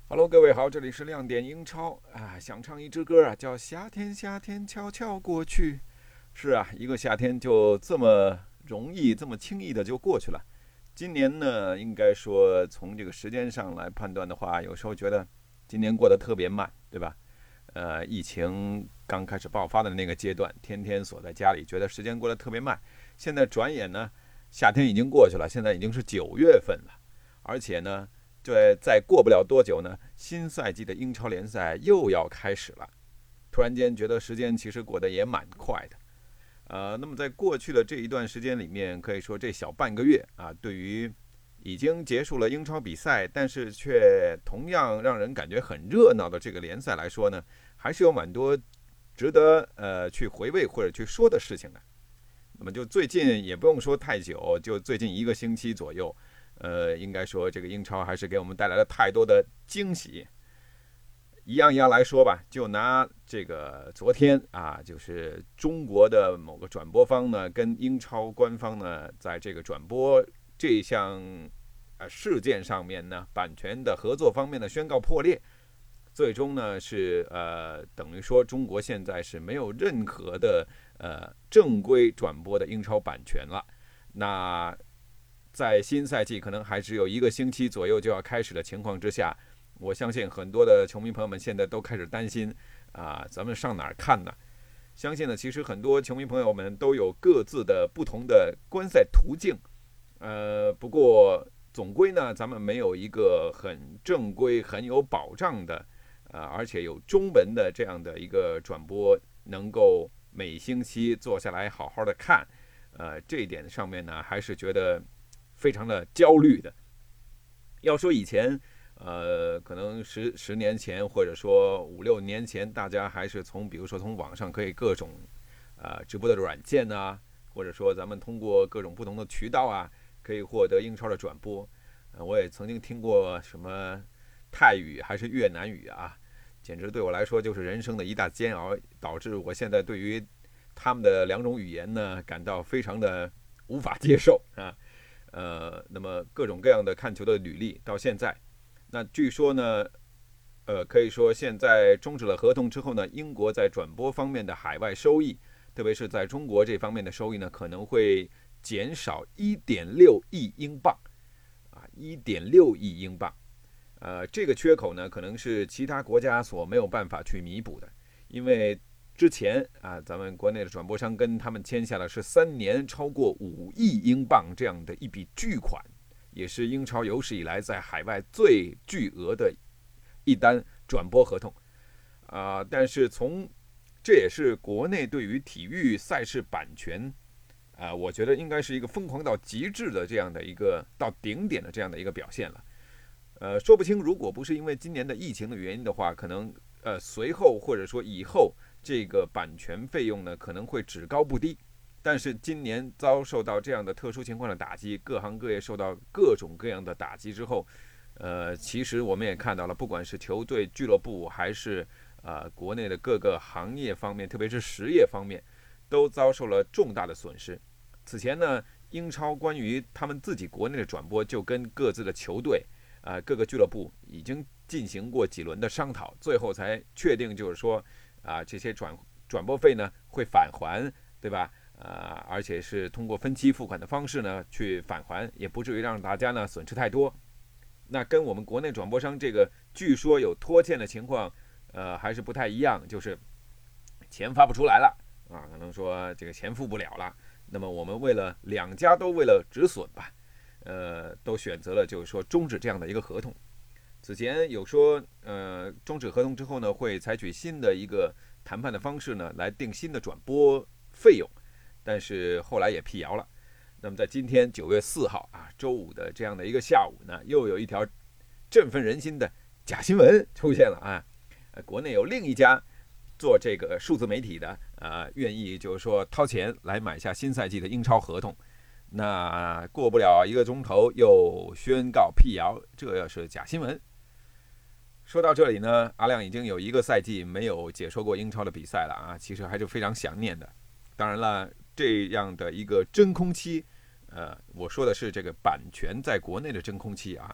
Hello，各位好，这里是亮点英超啊，想唱一支歌啊，叫《夏天夏天悄悄过去》。是啊，一个夏天就这么容易、这么轻易的就过去了。今年呢，应该说从这个时间上来判断的话，有时候觉得今年过得特别慢，对吧？疫情刚开始爆发的那个阶段，天天锁在家里，觉得时间过得特别慢。现在转眼呢，夏天已经过去了，现在已经是9月份了，而且呢，这再过不了多久呢，新赛季的英超联赛又要开始了。突然间觉得时间其实过得也蛮快的。那么在过去的这一段时间里面，可以说这小半个月啊，对于已经结束了英超比赛，但是却同样让人感觉很热闹的这个联赛来说呢，还是有蛮多值得去回味或者去说的事情的。那么就最近也不用说太久，就最近一个星期左右，应该说这个英超还是给我们带来了太多的惊喜。一样一样来说吧，就拿这个昨天啊，就是中国的某个转播方呢，跟英超官方呢，在这个转播这项事件上面呢，版权的合作方面的宣告破裂，最终呢是等于说中国现在是没有任何的正规转播的英超版权了。那在新赛季可能还只有一个星期左右就要开始的情况之下，我相信很多的球迷朋友们现在都开始担心咱们上哪儿看呢？相信呢，其实很多球迷朋友们都有各自的不同的观赛途径，不过总归呢，咱们没有一个很正规、很有保障的，而且有中文的这样的一个转播，能够每星期坐下来好好的看，这一点上面呢，还是觉得非常的焦虑的。要说以前，可能十年前，或者说5、6年前，大家还是比如说从网上可以各种直播的软件啊，或者说咱们通过各种不同的渠道啊，可以获得英超的转播。我也曾经听过什么泰语还是越南语啊，简直对我来说就是人生的一大煎熬，导致我现在对于他们的两种语言呢感到非常的无法接受啊。那么各种各样的看球的履历到现在，那据说呢，可以说现在终止了合同之后呢，英国在转播方面的海外收益，特别是在中国这方面的收益呢，可能会减少1.6亿英镑啊，1.6亿英镑。这个缺口呢，可能是其他国家所没有办法去弥补的，因为之前啊，咱们国内的转播商跟他们签下的是3年超过5亿英镑这样的一笔巨款，也是英超有史以来在海外最巨额的一单转播合同但是这也是国内对于体育赛事版权我觉得应该是一个疯狂到极致的这样的一个到顶点的这样的一个表现了。说不清，如果不是因为今年的疫情的原因的话，可能随后或者说以后这个版权费用呢可能会只高不低。但是今年遭受到这样的特殊情况的打击，各行各业受到各种各样的打击之后，其实我们也看到了，不管是球队、俱乐部，还是国内的各个行业方面，特别是实业方面，都遭受了重大的损失。此前呢，英超关于他们自己国内的转播，就跟各自的球队各个俱乐部已经进行过几轮的商讨，最后才确定，就是说这些转播费呢会返还，对吧？而且是通过分期付款的方式呢去返还，也不至于让大家呢损失太多。那跟我们国内转播商这个据说有拖欠的情况，还是不太一样，就是钱发不出来了可能说这个钱付不了了。那么我们两家都为了止损吧，都选择了就是说终止这样的一个合同。此前有说，终止合同之后呢，会采取新的一个谈判的方式呢，来定新的转播费用，但是后来也辟谣了。那么在今天9月4号周五的这样的一个下午呢，又有一条振奋人心的假新闻出现了国内有另一家做这个数字媒体的愿意就是说掏钱来买下新赛季的英超合同。那过不了1个钟头又宣告辟谣，这要是假新闻。说到这里呢，阿亮已经有1个赛季没有解说过英超的比赛了其实还是非常想念的。当然了，这样的一个真空期，我说的是这个版权在国内的真空期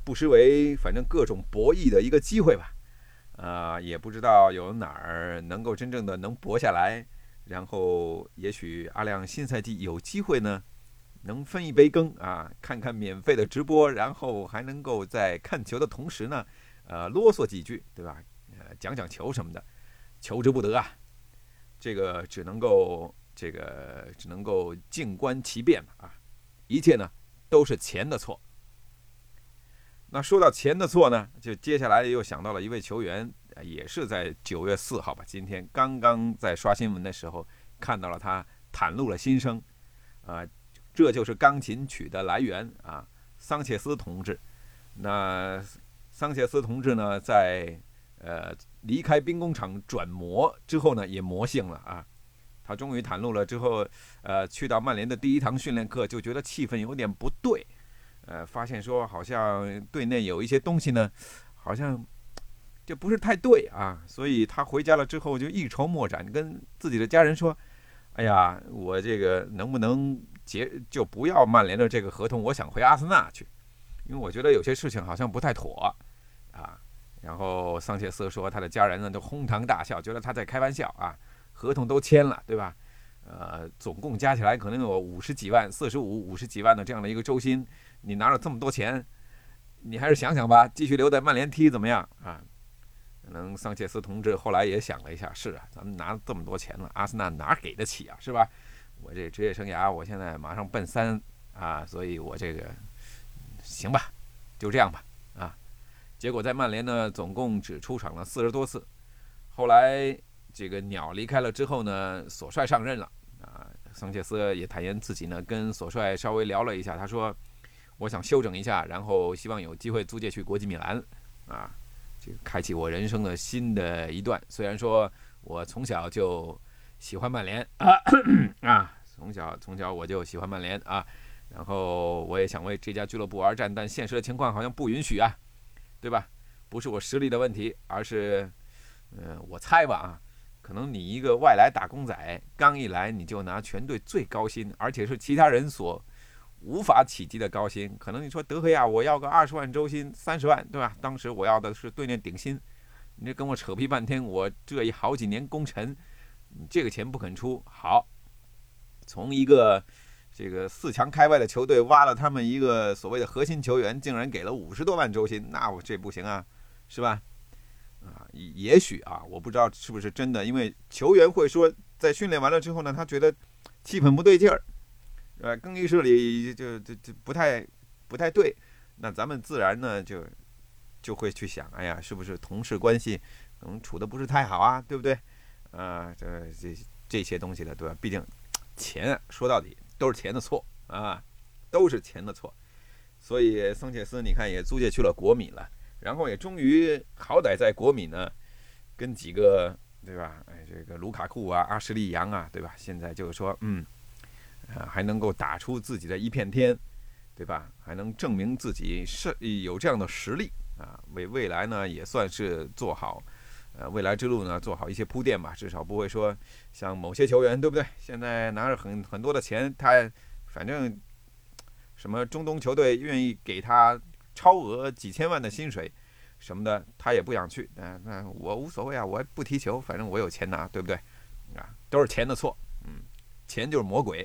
不失为反正各种博弈的一个机会吧。也不知道有哪儿能够真正的能博下来，然后也许阿亮新赛季有机会呢，能分一杯羹啊，看看免费的直播，然后还能够在看球的同时呢，啰嗦几句，对吧？讲讲球什么的，求之不得啊。这个只能够静观其变啊，一切呢都是钱的错。那说到钱的错呢，就接下来又想到了一位球员，也是在9月4号吧，今天刚刚在刷新闻的时候看到了他袒露了心声，这就是钢琴曲的来源啊，桑切斯同志。那桑切斯同志呢，在离开兵工厂转魔之后呢，也魔性了啊。他终于袒露了之后，去到曼联的第一堂训练课，就觉得气氛有点不对。发现说好像队内有一些东西呢，好像就不是太对啊，所以他回家了之后就一筹莫展，跟自己的家人说：“哎呀，我这个能不能就不要曼联的这个合同，我想回阿森纳去，因为我觉得有些事情好像不太妥啊。”然后桑切斯说，他的家人呢都哄堂大笑，觉得他在开玩笑啊，合同都签了，对吧？总共加起来可能有50几万、50几万的这样的一个周薪。你拿了这么多钱，你还是想想吧，继续留在曼联踢怎么样啊？可能桑切斯同志后来也想了一下，是啊，咱们拿这么多钱了，阿森纳哪给得起啊，是吧？我这职业生涯，我现在马上奔3啊，所以我这个行吧，就这样吧啊。结果在曼联呢，总共只出场了40多次。后来这个鸟离开了之后呢，索帅上任了啊。桑切斯也坦言自己呢跟索帅稍微聊了一下，他说：“我想休整一下，然后希望有机会租借去国际米兰啊，这个开启我人生的新的一段。虽然说我从小就喜欢曼联从小我就喜欢曼联啊，然后我也想为这家俱乐部而战，但现实的情况好像不允许啊，对吧？不是我实力的问题，而是我猜吧啊。”可能你一个外来打工仔，刚一来你就拿全队最高薪，而且是其他人所无法企及的高薪。可能你说德赫亚我要个20万周薪30万，对吧？当时我要的是队内顶薪，你这跟我扯皮半天，我这好几年功臣，你这个钱不肯出，好，从一个这个4强开外的球队挖了他们一个所谓的核心球员，竟然给了50多万周薪，那我这不行啊，是吧？也许啊，我不知道是不是真的，因为球员会说，在训练完了之后呢，他觉得气氛不对劲儿，更衣室里就不太对，那咱们自然呢就会去想，哎呀，是不是同事关系可能处得不是太好啊，对不对？这些东西的，对吧？毕竟钱说到底都是钱的错啊，都是钱的错，所以桑切斯你看也租借去了国米了。然后也终于好歹在国米呢，跟几个对吧？这个卢卡库啊、阿什利杨啊，对吧？现在就是说，还能够打出自己的一片天，对吧？还能证明自己是有这样的实力啊，为未来呢也算是做好，未来之路呢做好一些铺垫吧。至少不会说像某些球员，对不对？现在拿着很多的钱，他反正什么中东球队愿意给他超额几千万的薪水什么的，他也不想去。那我无所谓啊，我不踢球，反正我有钱拿，对不对？都是钱的错。钱就是魔鬼。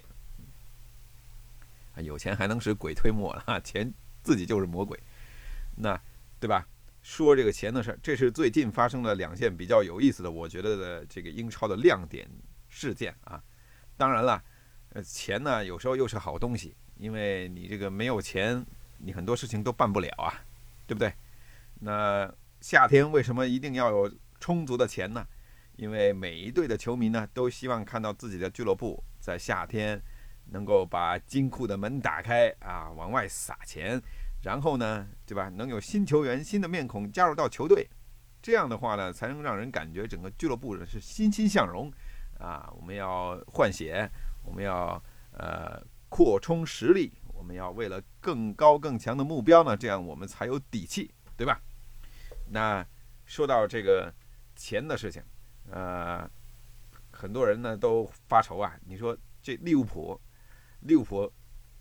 有钱还能使鬼推磨了，钱自己就是魔鬼。那对吧？说这个钱的事儿，这是最近发生的2件比较有意思的，我觉得的这个英超的亮点事件啊。当然了，钱呢有时候又是好东西，因为你这个没有钱，你很多事情都办不了啊，对不对？那夏天为什么一定要有充足的钱呢？因为每一队的球迷呢，都希望看到自己的俱乐部在夏天能够把金库的门打开啊，往外撒钱，然后呢，对吧？能有新球员、新的面孔加入到球队，这样的话呢，才能让人感觉整个俱乐部是欣欣向荣啊。我们要换血，我们要扩充实力。我们要为了更高更强的目标呢，这样我们才有底气，对吧？那说到这个钱的事情，很多人呢都发愁啊。你说这利物浦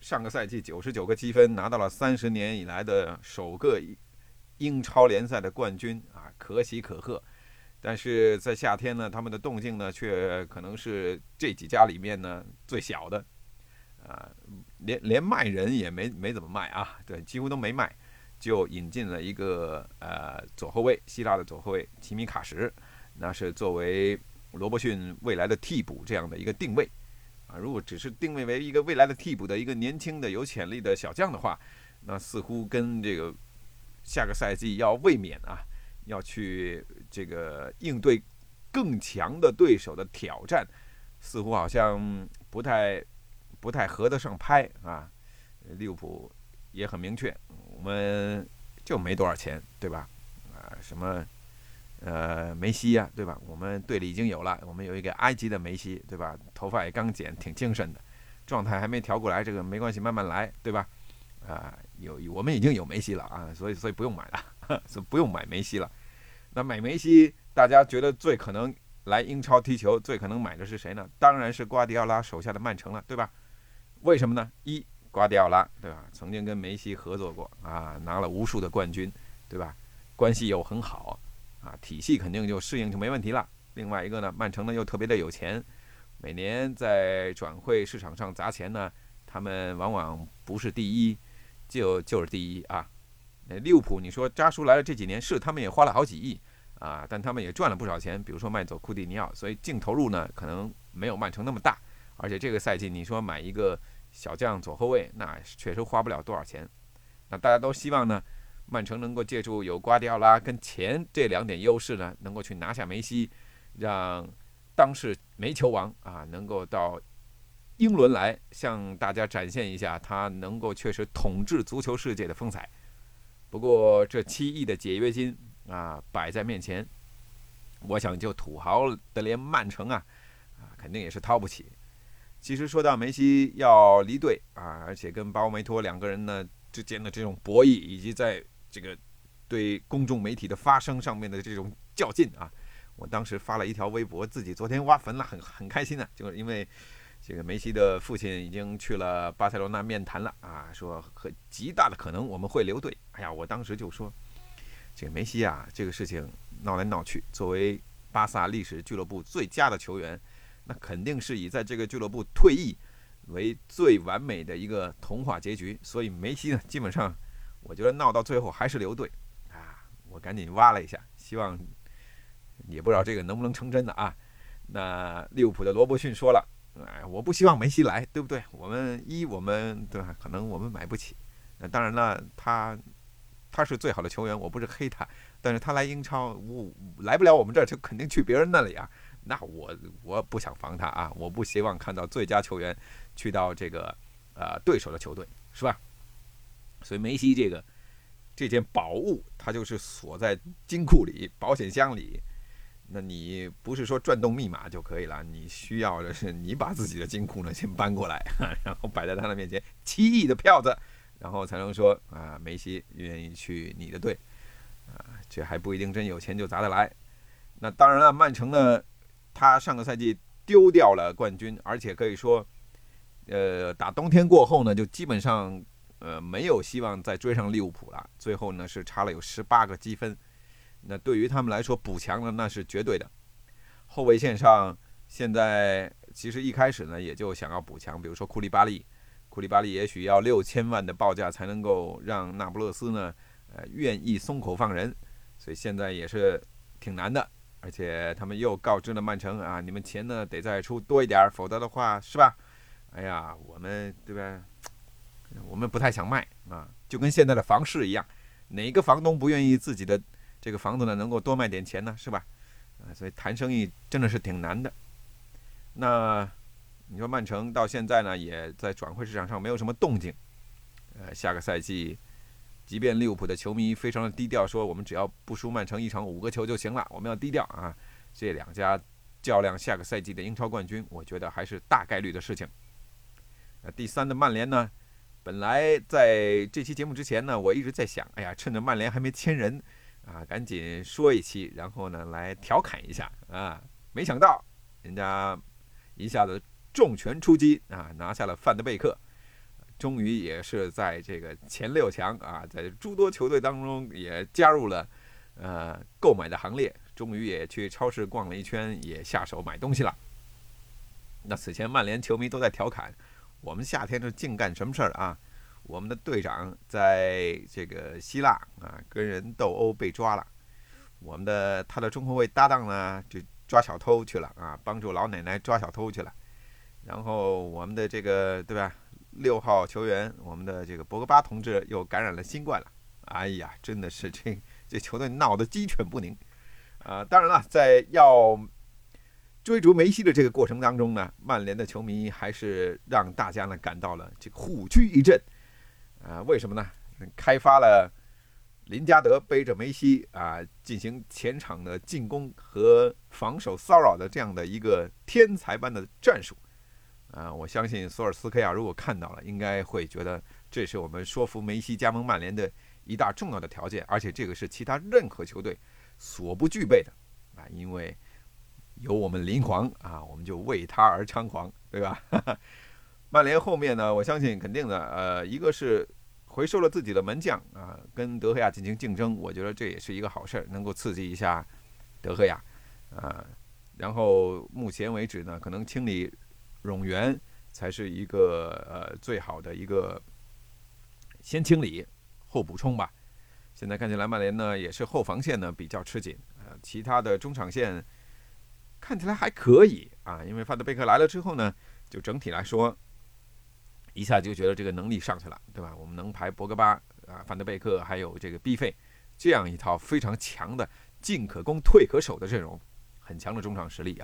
上个赛季99个积分，拿到了30年以来的首个英超联赛的冠军啊，可喜可贺。但是在夏天呢，他们的动静呢，却可能是这几家里面呢最小的，啊，连卖人也没怎么卖啊，对，几乎都没卖，就引进了一个左后卫，希腊的左后卫齐米卡什，那是作为罗伯逊未来的替补这样的一个定位啊。如果只是定位为一个未来的替补的一个年轻的有潜力的小将的话，那似乎跟这个下个赛季要卫冕啊，要去这个应对更强的对手的挑战，似乎好像不太合得上拍啊。利物浦也很明确，我们就没多少钱，对吧？啊，什么梅西呀，对吧？我们队里已经有了，我们有一个埃及的梅西，对吧？头发也刚剪，挺精神的，状态还没调过来，这个没关系，慢慢来，对吧？我们已经有梅西了啊，所以不用买了，所以不用买梅西了。那买梅西，大家觉得最可能来英超踢球，最可能买的是谁呢？当然是瓜迪奥拉手下的曼城了，对吧？为什么呢？瓜迪奥拉，对吧？曾经跟梅西合作过啊，拿了无数的冠军，对吧？关系又很好啊，体系肯定就适应就没问题了。另外一个呢，曼城呢又特别的有钱，每年在转会市场上砸钱呢，他们往往不是第一，就是第一啊。利物浦，你说扎叔来了这几年是他们也花了好几亿啊，但他们也赚了不少钱，比如说卖走库蒂尼奥，所以净投入呢可能没有曼城那么大。而且这个赛季你说买一个小将左后卫，那确实花不了多少钱。那大家都希望呢，曼城能够借助有瓜迪奥拉跟钱这2点优势呢，能够去拿下梅西，让当世梅球王啊能够到英伦来向大家展现一下他能够确实统治足球世界的风采。不过这7亿的解约金啊摆在面前，我想就土豪的连曼城啊肯定也是掏不起。其实说到梅西要离队啊，而且跟巴欧梅托2个人呢之间的这种博弈，以及在这个对公众媒体的发声上面的这种较劲啊，我当时发了一条微博，自己昨天挖坟了，很开心的，就是因为这个梅西的父亲已经去了巴塞罗那面谈了啊，说极大的可能我们会留队。哎呀，我当时就说，这个梅西啊，这个事情闹来闹去，作为巴萨历史俱乐部最佳的球员，那肯定是以在这个俱乐部退役为最完美的一个童话结局。所以梅西呢，基本上我觉得闹到最后还是留队啊。我赶紧挖了一下，希望也不知道这个能不能成真的啊。那利物浦的罗伯逊说了，我不希望梅西来，对不对？我们对吧？可能我们买不起。那当然了，他是最好的球员，我不是黑他，但是他来英超，来不了我们这儿，就肯定去别人那里啊。那我不想防他啊，我不希望看到最佳球员去到这个对手的球队，是吧？所以梅西这件宝物，它就是锁在金库里、保险箱里。那你不是说转动密码就可以了，你需要的是你把自己的金库呢先搬过来，然后摆在他的面前，7亿的票子，然后才能说啊，梅西愿意去你的队啊，这还不一定真有钱就砸得来。那当然了，曼城呢，他上个赛季丢掉了冠军，而且可以说，打冬天过后呢，就基本上没有希望再追上利物浦了。最后呢是差了有18个积分。那对于他们来说补强了那是绝对的。后卫线上现在其实一开始呢也就想要补强，比如说库利巴利也许要6000万的报价才能够让那不勒斯呢愿意松口放人，所以现在也是挺难的。而且他们又告知了曼城啊，你们钱呢得再出多一点，否则的话是吧？哎呀，我们对吧？我们不太想卖啊，就跟现在的房市一样，哪个房东不愿意自己的这个房子呢能够多卖点钱呢，是吧？所以谈生意真的是挺难的。那你说曼城到现在呢也在转会市场上没有什么动静，下个赛季即便利物浦的球迷非常的低调，说我们只要不输曼城1场5个球就行了，我们要低调啊。这2家较量下个赛季的英超冠军，我觉得还是大概率的事情。第3的曼联呢，本来在这期节目之前呢，我一直在想，哎呀，趁着曼联还没签人啊，赶紧说一期，然后呢来调侃一下啊。没想到人家一下子重拳出击啊，拿下了范德贝克。 终于也是在这个前6强啊，在诸多球队当中也加入了购买的行列，终于也去超市逛了一圈，也下手买东西了。那此前曼联球迷都在调侃，我们夏天这净干什么事儿啊？我们的队长在这个希腊啊跟人斗殴被抓了，他的中后卫搭档呢就抓小偷去了啊，帮助老奶奶抓小偷去了。然后我们的这个对吧，6号球员，我们的这个博格巴同志又感染了新冠了。哎呀，真的是这球队闹得鸡犬不宁当然了，在要追逐梅西的这个过程当中呢，曼联的球迷还是让大家呢感到了这个虎躯一震为什么呢？开发了林加德背着梅西进行前场的进攻和防守骚扰的这样的一个天才般的战术我相信索尔斯克亚如果看到了，应该会觉得这是我们说服梅西加盟曼联的一大重要的条件，而且这个是其他任何球队所不具备的因为有我们林皇我们就为他而猖狂，对吧？曼联后面呢，我相信肯定的，一个是回收了自己的门将跟德赫亚进行竞争，我觉得这也是一个好事，能够刺激一下德赫亚然后目前为止呢，可能清理冗员才是一个最好的一个先清理后补充吧。现在看起来曼联呢也是后防线呢比较吃紧其他的中场线看起来还可以因为范德贝克来了之后呢，就整体来说一下就觉得这个能力上去了，对吧？我们能排博格巴范德贝克还有这个 B 费这样一套非常强的进可攻退可守的阵容，很强的中场实力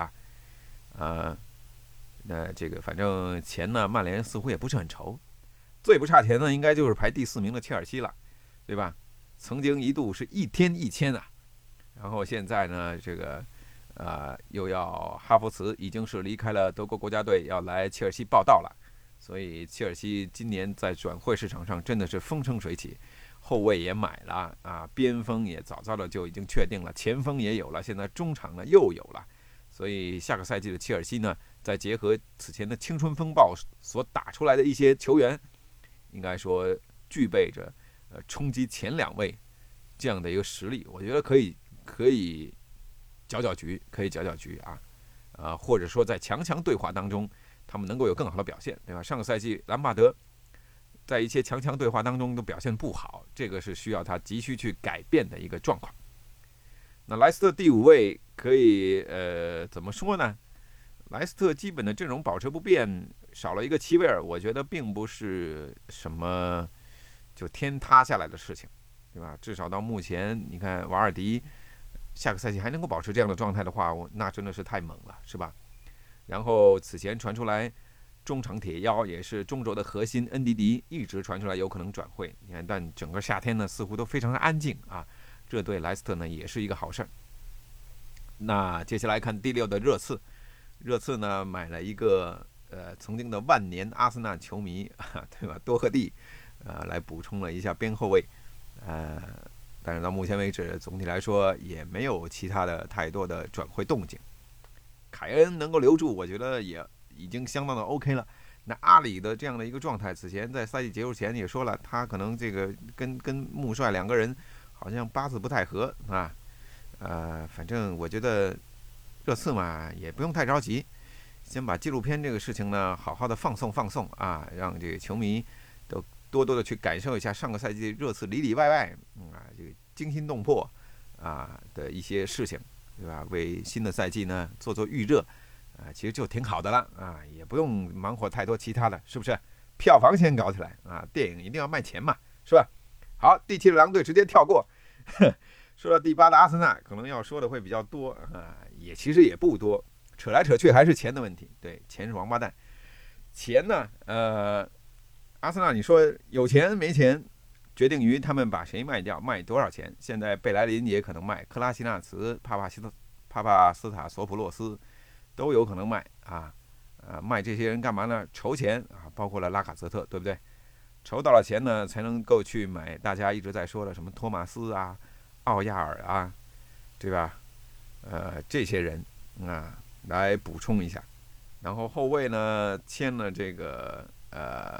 那这个反正钱呢，曼联似乎也不是很愁，最不差钱呢，应该就是排第4名的切尔西了，对吧？曾经一度是1天1千然后现在呢，这个又要哈弗茨已经是离开了德国国家队，要来切尔西报到了，所以切尔西今年在转会市场上真的是风生水起，后卫也买了边锋也早早的就已经确定了，前锋也有了，现在中场呢又有了，所以下个赛季的切尔西呢，再结合此前的青春风暴所打出来的一些球员，应该说具备着冲击前2位这样的一个实力，我觉得可以搅搅局，或者说在强对话当中，他们能够有更好的表现，对吧？上个赛季兰帕德在一些强对话当中都表现不好，这个是需要他急需去改变的一个状况。那莱斯特第5位可以怎么说呢？莱斯特基本的阵容保持不变，少了一个齐维尔，我觉得并不是什么就天塌下来的事情，对吧？至少到目前，你看瓦尔迪下个赛季还能够保持这样的状态的话，那真的是太猛了，是吧？然后此前传出来中场铁腰也是中轴的核心恩迪迪一直传出来有可能转会，你看，但整个夏天呢似乎都非常的安静这对莱斯特呢也是一个好事。那接下来看第6的热刺呢买了一个曾经的万年阿森纳球迷对吧，多赫蒂来补充了一下边后卫但是到目前为止总体来说也没有其他的太多的转会动静。凯恩能够留住，我觉得也已经相当的 OK 了。那阿里的这样的一个状态，此前在赛季结束前也说了，他可能这个跟穆帅2个人好像八字不太合反正我觉得热刺嘛也不用太着急，先把纪录片这个事情呢好好的放送让这个球迷都多多的去感受一下上个赛季热刺里外这个惊心动魄的一些事情，对吧？为新的赛季呢做预热其实就挺好的了也不用忙活太多其他的，是不是？票房先搞起来电影一定要卖钱嘛，是吧？好，第7的狼队直接跳过说到第8的阿森纳，可能要说的会比较多也其实也不多，扯来扯去还是钱的问题。对，钱是王八蛋。钱呢阿森纳你说有钱没钱决定于他们把谁卖掉，卖多少钱。现在贝莱林也可能卖，克拉西纳茨、帕帕斯塔索普洛斯都有可能卖卖这些人干嘛呢？筹钱包括了拉卡泽特，对不对？筹到了钱呢，才能够去买大家一直在说的什么托马斯奥亚尔对吧？这些人来补充一下。然后后卫呢签了这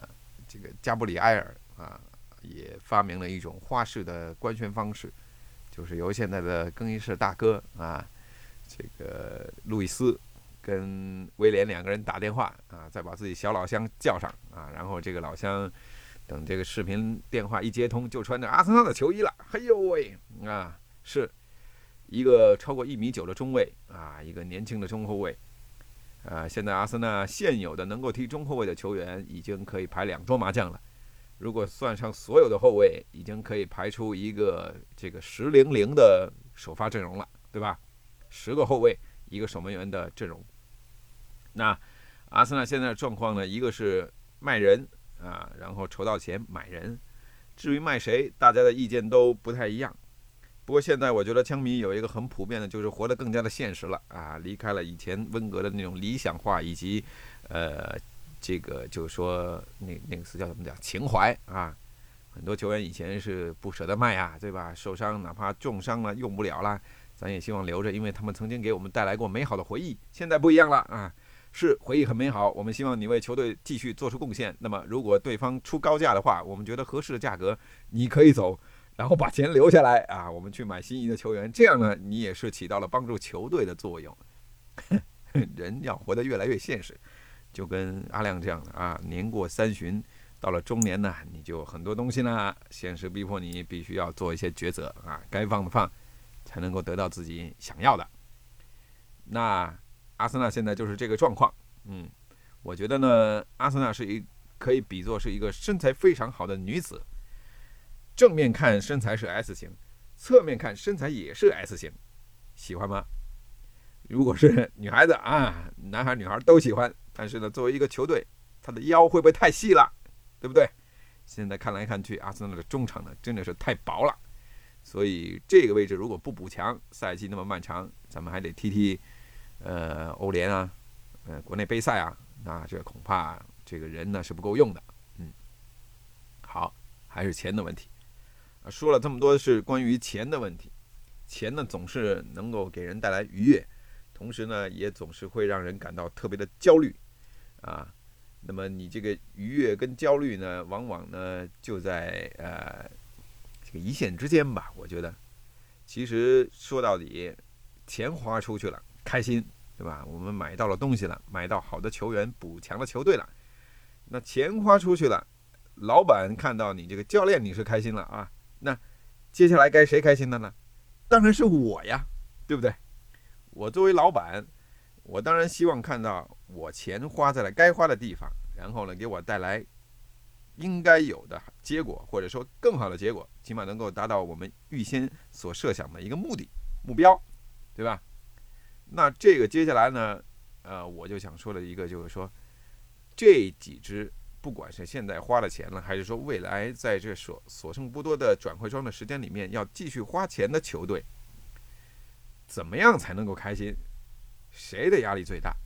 这个加布里埃尔也发明了一种花式的官宣方式，就是由现在的更衣室大哥这个路易斯跟威廉2个人打电话再把自己小老乡叫上然后这个老乡等这个视频电话一接通，就穿着阿森纳的球衣了。嘿呦喂是一个超过1.9米的中卫一个年轻的中后卫现在阿森纳现有的能够踢中后卫的球员已经可以排2桌麻将了。如果算上所有的后卫，已经可以排出一个这个10-0的首发阵容了，对吧？10个后卫，1个守门员的阵容。那阿森纳现在的状况呢，一个是卖人然后筹到钱买人，至于卖谁，大家的意见都不太一样。不过现在我觉得枪迷有一个很普遍的，就是活得更加的现实了离开了以前温格的那种理想化，以及这个就是说那个词叫怎么讲，情怀很多球员以前是不舍得卖对吧？受伤哪怕重伤了用不了了，咱也希望留着，因为他们曾经给我们带来过美好的回忆。现在不一样了是回忆很美好，我们希望你为球队继续做出贡献。那么如果对方出高价的话，我们觉得合适的价格，你可以走，然后把钱留下来我们去买心仪的球员。这样呢，你也是起到了帮助球队的作用。人要活得越来越现实，就跟阿亮这样的年过30，到了中年呢，你就很多东西呢，现实逼迫你必须要做一些抉择该放的放，才能够得到自己想要的。那阿森纳现在就是这个状况，我觉得呢，阿森纳可以比作是一个身材非常好的女子，正面看身材是 S 型，侧面看身材也是 S 型，喜欢吗？如果是女孩子男孩女孩都喜欢，但是呢，作为一个球队，他的腰会不会太细了，对不对？现在看来看去，阿森纳的中场呢真的是太薄了，所以这个位置如果不补强，赛季那么漫长，咱们还得踢欧联国内杯赛那这恐怕这个人呢是不够用的。好，还是钱的问题说了这么多是关于钱的问题，钱呢总是能够给人带来愉悦，同时呢也总是会让人感到特别的焦虑那么你这个愉悦跟焦虑呢，往往呢就在这个一线之间吧。我觉得其实说到底，钱花出去了开心，对吧？我们买到了东西了，买到好的球员，补强了球队了，那钱花出去了，老板看到你这个教练你是开心了那接下来该谁开心的呢？当然是我呀，对不对？我作为老板，我当然希望看到我钱花在了该花的地方，然后呢给我带来应该有的结果，或者说更好的结果，起码能够达到我们预先所设想的一个目标，对吧？那这个接下来呢我就想说的一个就是说，这几支不管是现在花了钱了，还是说未来在这所剩不多的转会窗的时间里面要继续花钱的球队，怎么样才能够开心？谁的压力最大？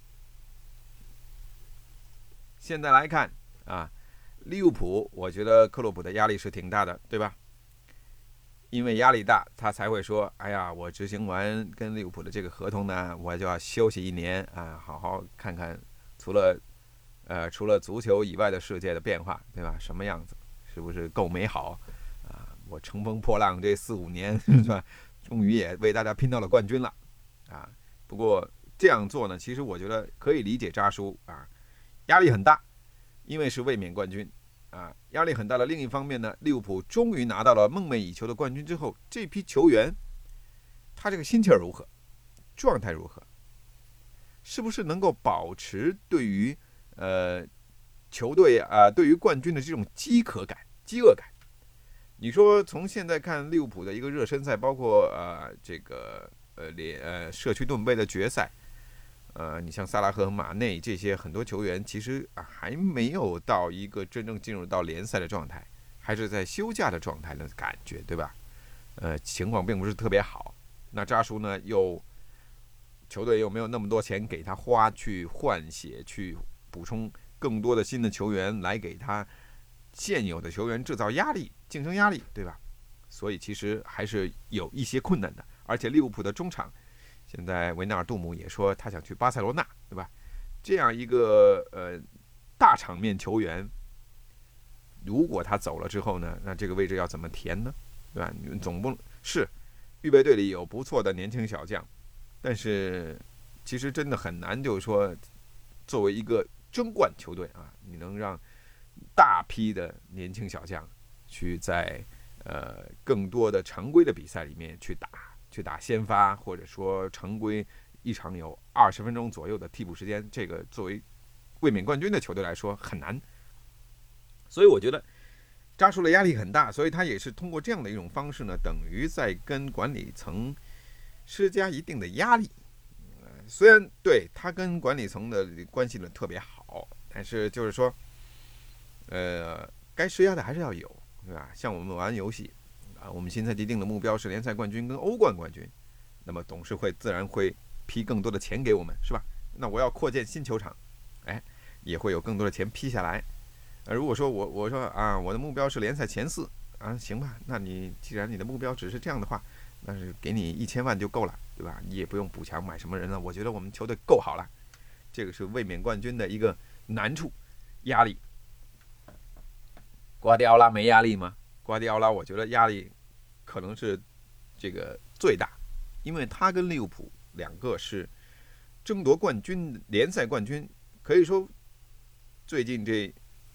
现在来看利物浦，我觉得克洛普的压力是挺大的，对吧？因为压力大，他才会说：“哎呀，我执行完跟利物浦的这个合同呢，我就要休息1年好好看看除了足球以外的世界的变化，对吧？什么样子，是不是够美好我乘风破浪这4-5年，是吧？终于也为大家拼到了冠军了不过这样做呢，其实我觉得可以理解扎叔压力很大，因为是卫冕冠军压力很大的。另一方面呢，利物浦终于拿到了梦寐以求的冠军之后，这批球员他这个心情如何，状态如何，是不是能够保持对于球队对于冠军的这种饥饿感？你说从现在看利物浦的一个热身赛，包括这个社区盾杯的决赛，你像萨拉赫和马内这些很多球员，其实还没有到一个真正进入到联赛的状态，还是在休假的状态的感觉，对吧？情况并不是特别好。那扎叔呢，球队又没有那么多钱给他花去换血，去补充更多的新的球员，来给他现有的球员制造压力、竞争压力，对吧？所以其实还是有一些困难的。而且利物浦的中场现在维纳尔杜姆也说他想去巴塞罗那，对吧？这样一个大场面球员， 如果他走了之后呢，那这个位置要怎么填呢？对吧？你总不是预备队里有不错的年轻小将，但是其实真的很难，就是说作为一个争冠球队啊，你能让大批的年轻小将去在更多的常规的比赛里面去打先发，或者说常规一场有20分钟左右的替补时间，这个作为卫冕冠军的球队来说很难。所以我觉得扎叔的压力很大，所以他也是通过这样的一种方式呢，等于在跟管理层施加一定的压力。虽然对他跟管理层的关系呢特别好，但是就是说，该施压的还是要有，对吧？像我们玩游戏啊，我们新赛季定的目标是联赛冠军跟欧冠冠军，那么董事会自然会批更多的钱给我们，是吧？那我要扩建新球场，也会有更多的钱批下来。如果说我说啊，我的目标是联赛前4啊，行吧，那你既然你的目标只是这样的话，那是给你1000万就够了，对吧？你也不用补强买什么人了，我觉得我们球队够好了。这个是卫冕冠军的一个难处，压力。瓜迪奥拉没压力吗？瓜迪奥拉我觉得压力可能是这个最大，因为他跟利物浦两个是争夺冠军、联赛冠军，可以说最近这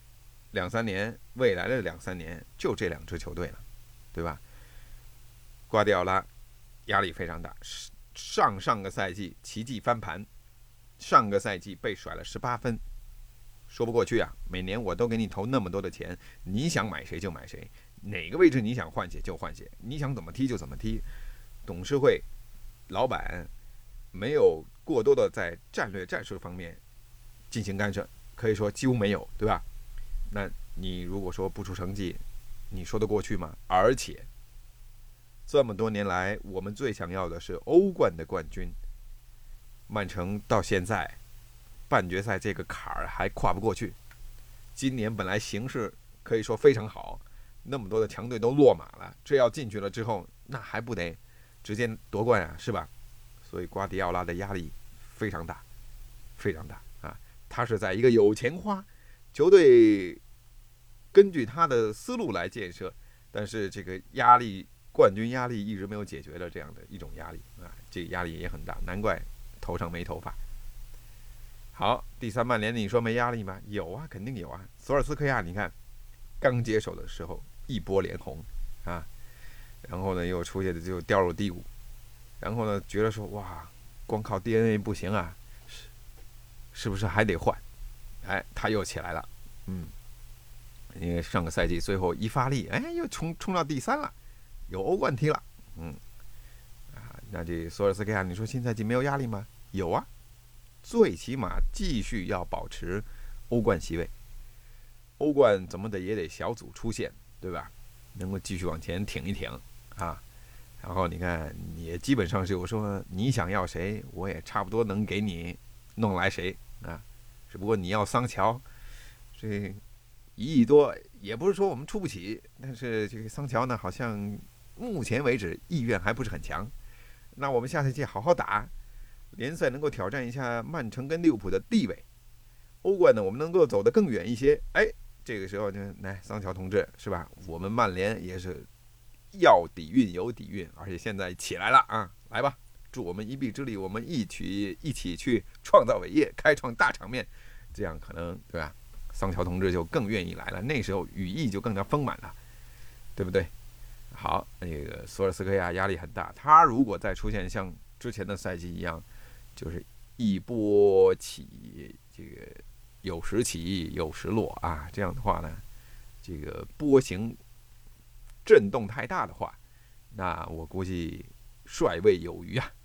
2-3年，未来的2-3年就这2支球队了，对吧？瓜迪奥拉压力非常大，上个赛季奇迹翻盘，上个赛季被甩了18分，说不过去啊！每年我都给你投那么多的钱，你想买谁就买谁，哪个位置你想换血就换血，你想怎么踢就怎么踢。董事会、老板没有过多的在战略战术方面进行干涉，可以说几乎没有，对吧？那你如果说不出成绩，你说得过去吗？而且这么多年来，我们最想要的是欧冠的冠军，曼城到现在半决赛这个坎儿还跨不过去。今年本来形势可以说非常好，那么多的强队都落马了，这要进去了之后，那还不得直接夺冠啊，是吧？所以瓜迪奥拉的压力非常大，非常大啊！他是在一个有钱花，球队根据他的思路来建设，但是这个压力，冠军压力一直没有解决的这样的一种压力啊，这个压力也很大，难怪头上没头发。好，第3曼联你说没压力吗？有啊，肯定有啊。索尔斯克亚你看刚接手的时候一波连红啊，然后呢又出现的就掉入低谷，然后呢觉得说哇，光靠 DNA 不行啊，是不是还得换？他又起来了，因为上个赛季最后一发力，又冲到第3了，有欧冠踢了，那这索尔斯克亚你说新赛季没有压力吗？有啊。最起码继续要保持欧冠席位，欧冠怎么的也得小组出线，对吧？能够继续往前挺一挺啊。然后你看，也基本上是我说你想要谁，我也差不多能给你弄来谁啊。只不过你要桑乔，这1亿多，也不是说我们出不起，但是这个桑乔呢，好像目前为止意愿还不是很强。那我们下赛季好好打。联赛能够挑战一下曼城跟利物浦的地位，欧冠呢我们能够走得更远一些。这个时候呢，来桑乔同志是吧？我们曼联也是要底蕴有底蕴，而且现在起来了啊！来吧，助我们一臂之力，我们一起去创造伟业，开创大场面，这样可能对吧？桑乔同志就更愿意来了，那时候羽翼就更加丰满了，对不对？好，那个索尔斯克亚压力很大，他如果再出现像之前的赛季一样，就是一波起，这个有时起有时落啊，这样的话呢，这个波形震动太大的话，那我估计帅位有余啊。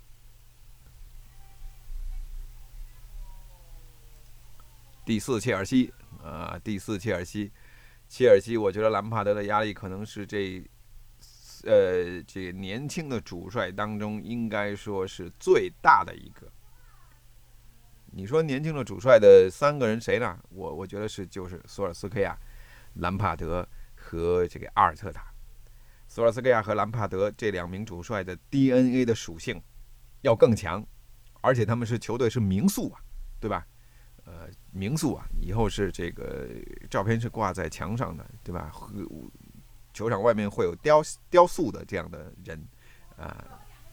第4切尔西切尔西，我觉得兰帕德的压力可能是这个年轻的主帅当中应该说是最大的一个。你说年轻的主帅的3个人谁呢？我觉得就是索尔斯克亚、兰帕德和这个阿尔特塔。索尔斯克亚和兰帕德这2名主帅的 DNA 的属性要更强，而且他们是球队是名宿啊，对吧？ 名宿啊，以后是这个照片是挂在墙上的，对吧？球场外面会有雕塑的这样的人啊。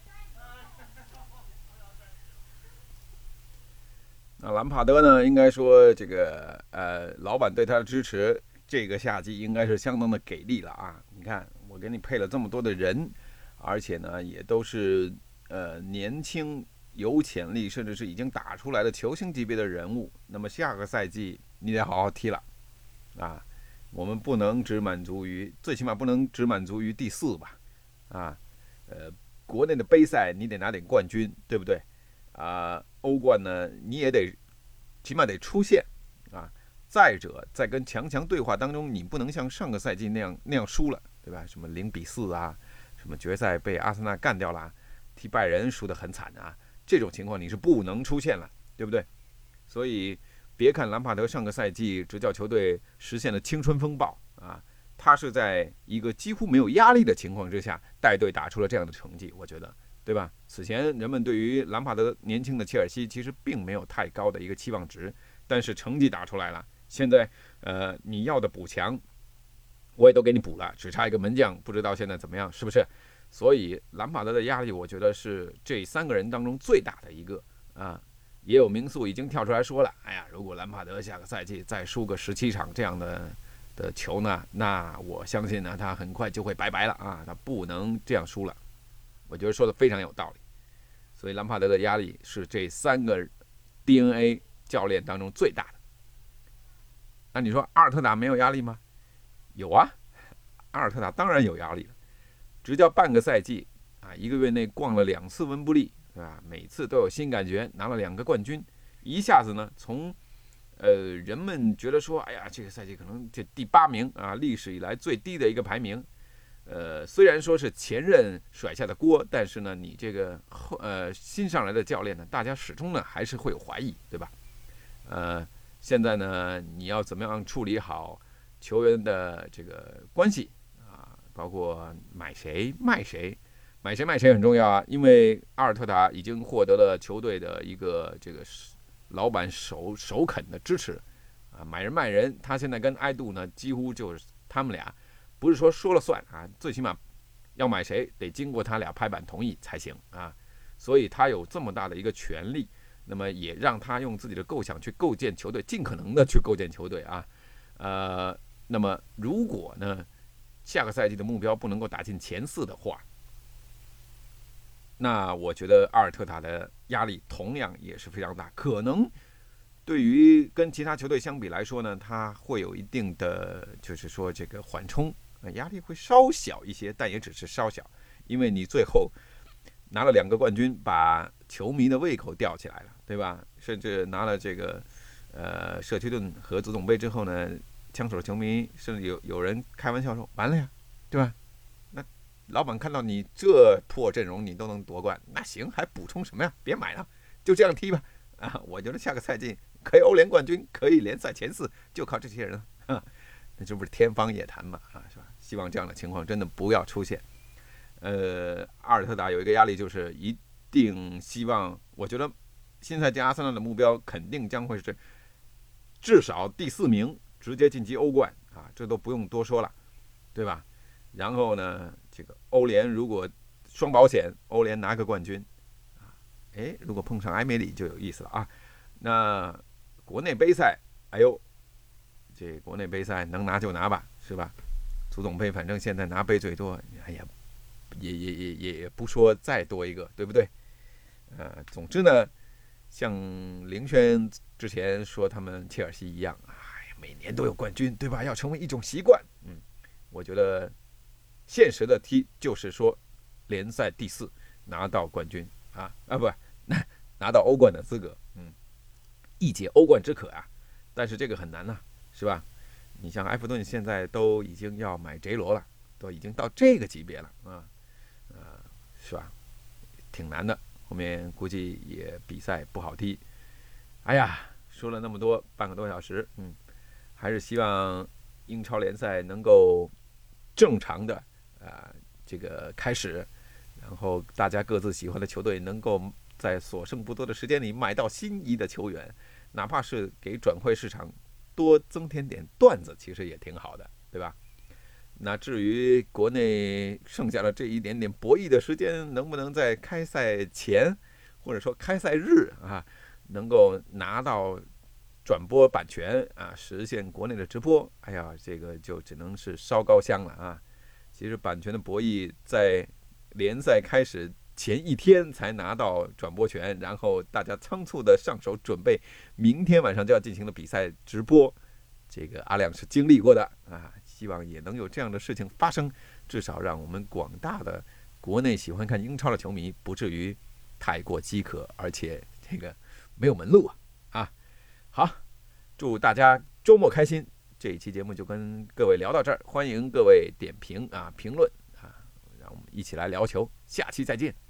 那兰帕德呢，应该说这个老板对他的支持，这个夏季应该是相当的给力了啊！你看，我给你配了这么多的人，而且呢，也都是年轻有潜力，甚至是已经打出来的球星级别的人物。那么下个赛季你得好好踢了啊！我们不能只满足于，最起码不能只满足于第4吧？啊，国内的杯赛你得拿点冠军，对不对？啊，欧冠呢，你也得起码得出现啊。再者，在跟强对话当中，你不能像上个赛季那样输了，对吧？什么0-4啊，什么决赛被阿森纳干掉了，踢拜仁输得很惨啊，这种情况你是不能出现了，对不对？所以别看兰帕德上个赛季执教球队实现了青春风暴啊，他是在一个几乎没有压力的情况之下带队打出了这样的成绩，我觉得。对吧？此前人们对于兰帕德年轻的切尔西其实并没有太高的一个期望值，但是成绩打出来了。现在你要的补强，我也都给你补了，只差一个门将，不知道现在怎么样，是不是？所以兰帕德的压力，我觉得是这3个人当中最大的一个啊。也有名宿已经跳出来说了，哎呀，如果兰帕德下个赛季再输个17场这样的球呢，那我相信呢，他很快就会拜拜了啊，他不能这样输了。我觉得说的非常有道理，所以兰帕德的压力是这3个 DNA 教练当中最大的。那你说阿尔特塔没有压力吗？有啊，阿尔特塔当然有压力了。执教半个赛季啊，1个月内逛了2次温布利，对吧？每次都有新感觉，拿了2个冠军，一下子呢从人们觉得说，哎呀，这个赛季可能这第8名啊，历史以来最低的一个排名。虽然说是前任甩下的锅，但是呢，你这个新上来的教练呢，大家始终呢还是会有怀疑，对吧？现在呢，你要怎么样处理好球员的这个关系啊？包括买谁卖谁，买谁卖谁很重要啊，因为阿尔特塔已经获得了球队的一个这个老板首肯的支持啊，买人卖人，他现在跟埃杜呢几乎就是他们俩。不是说了算啊，最起码要买谁得经过他俩拍板同意才行啊，所以他有这么大的一个权利，那么也让他用自己的构想去构建球队，尽可能的去构建球队啊，那么如果呢下个赛季的目标不能够打进前4的话，那我觉得阿尔特塔的压力同样也是非常大，可能对于跟其他球队相比来说呢，他会有一定的就是说这个缓冲。压力会稍小一些，但也只是稍小，因为你最后拿了2个冠军，把球迷的胃口吊起来了，对吧？甚至拿了这个社区盾和足总杯之后呢，枪手球迷甚至有人开玩笑说，完了呀，对吧？那老板看到你这破阵容，你都能夺冠，那行还补充什么呀？别买了，就这样踢吧。啊，我觉得下个赛季可以欧联冠军，可以联赛前4，就靠这些人了。那这不是天方夜谭嘛？啊，是吧？希望这样的情况真的不要出现。阿尔特塔有一个压力，就是一定希望，我觉得新赛季阿森纳的目标肯定将会是至少第4名，直接晋级欧冠啊，这都不用多说了，对吧？然后呢，这个欧联如果双保险，欧联拿个冠军啊，如果碰上埃梅里就有意思了啊。那国内杯赛，哎呦。这国内杯赛能拿就拿吧，是吧？足总杯反正现在拿杯最多，哎呀，也不说再多一个，对不对？总之呢，像凌轩之前说他们切尔西一样，哎呀，每年都有冠军，对吧？要成为一种习惯。我觉得现实的踢就是说，联赛第4拿到冠军不拿到欧冠的资格，一解欧冠之渴啊。但是这个很难呐。是吧？你像埃弗顿现在都已经要买J罗了，都已经到这个级别了啊，是吧？挺难的，后面估计也比赛不好踢。哎呀，说了那么多，半个多小时，还是希望英超联赛能够正常的这个开始，然后大家各自喜欢的球队能够在所剩不多的时间里买到心仪的球员。 哪怕是给转会市场多增添点段子，其实也挺好的，对吧？那至于国内剩下的这一点点博弈的时间，能不能在开赛前或者说开赛日啊，能够拿到转播版权啊，实现国内的直播，哎呀，这个就只能是烧高香了啊。其实版权的博弈在联赛开始前一天才拿到转播权，然后大家仓促的上手准备明天晚上就要进行的比赛直播，这个阿亮是经历过的啊，希望也能有这样的事情发生，至少让我们广大的国内喜欢看英超的球迷不至于太过饥渴，而且这个没有门路啊。好，祝大家周末开心。这一期节目就跟各位聊到这儿，欢迎各位点评啊、评论啊，让我们一起来聊球，下期再见。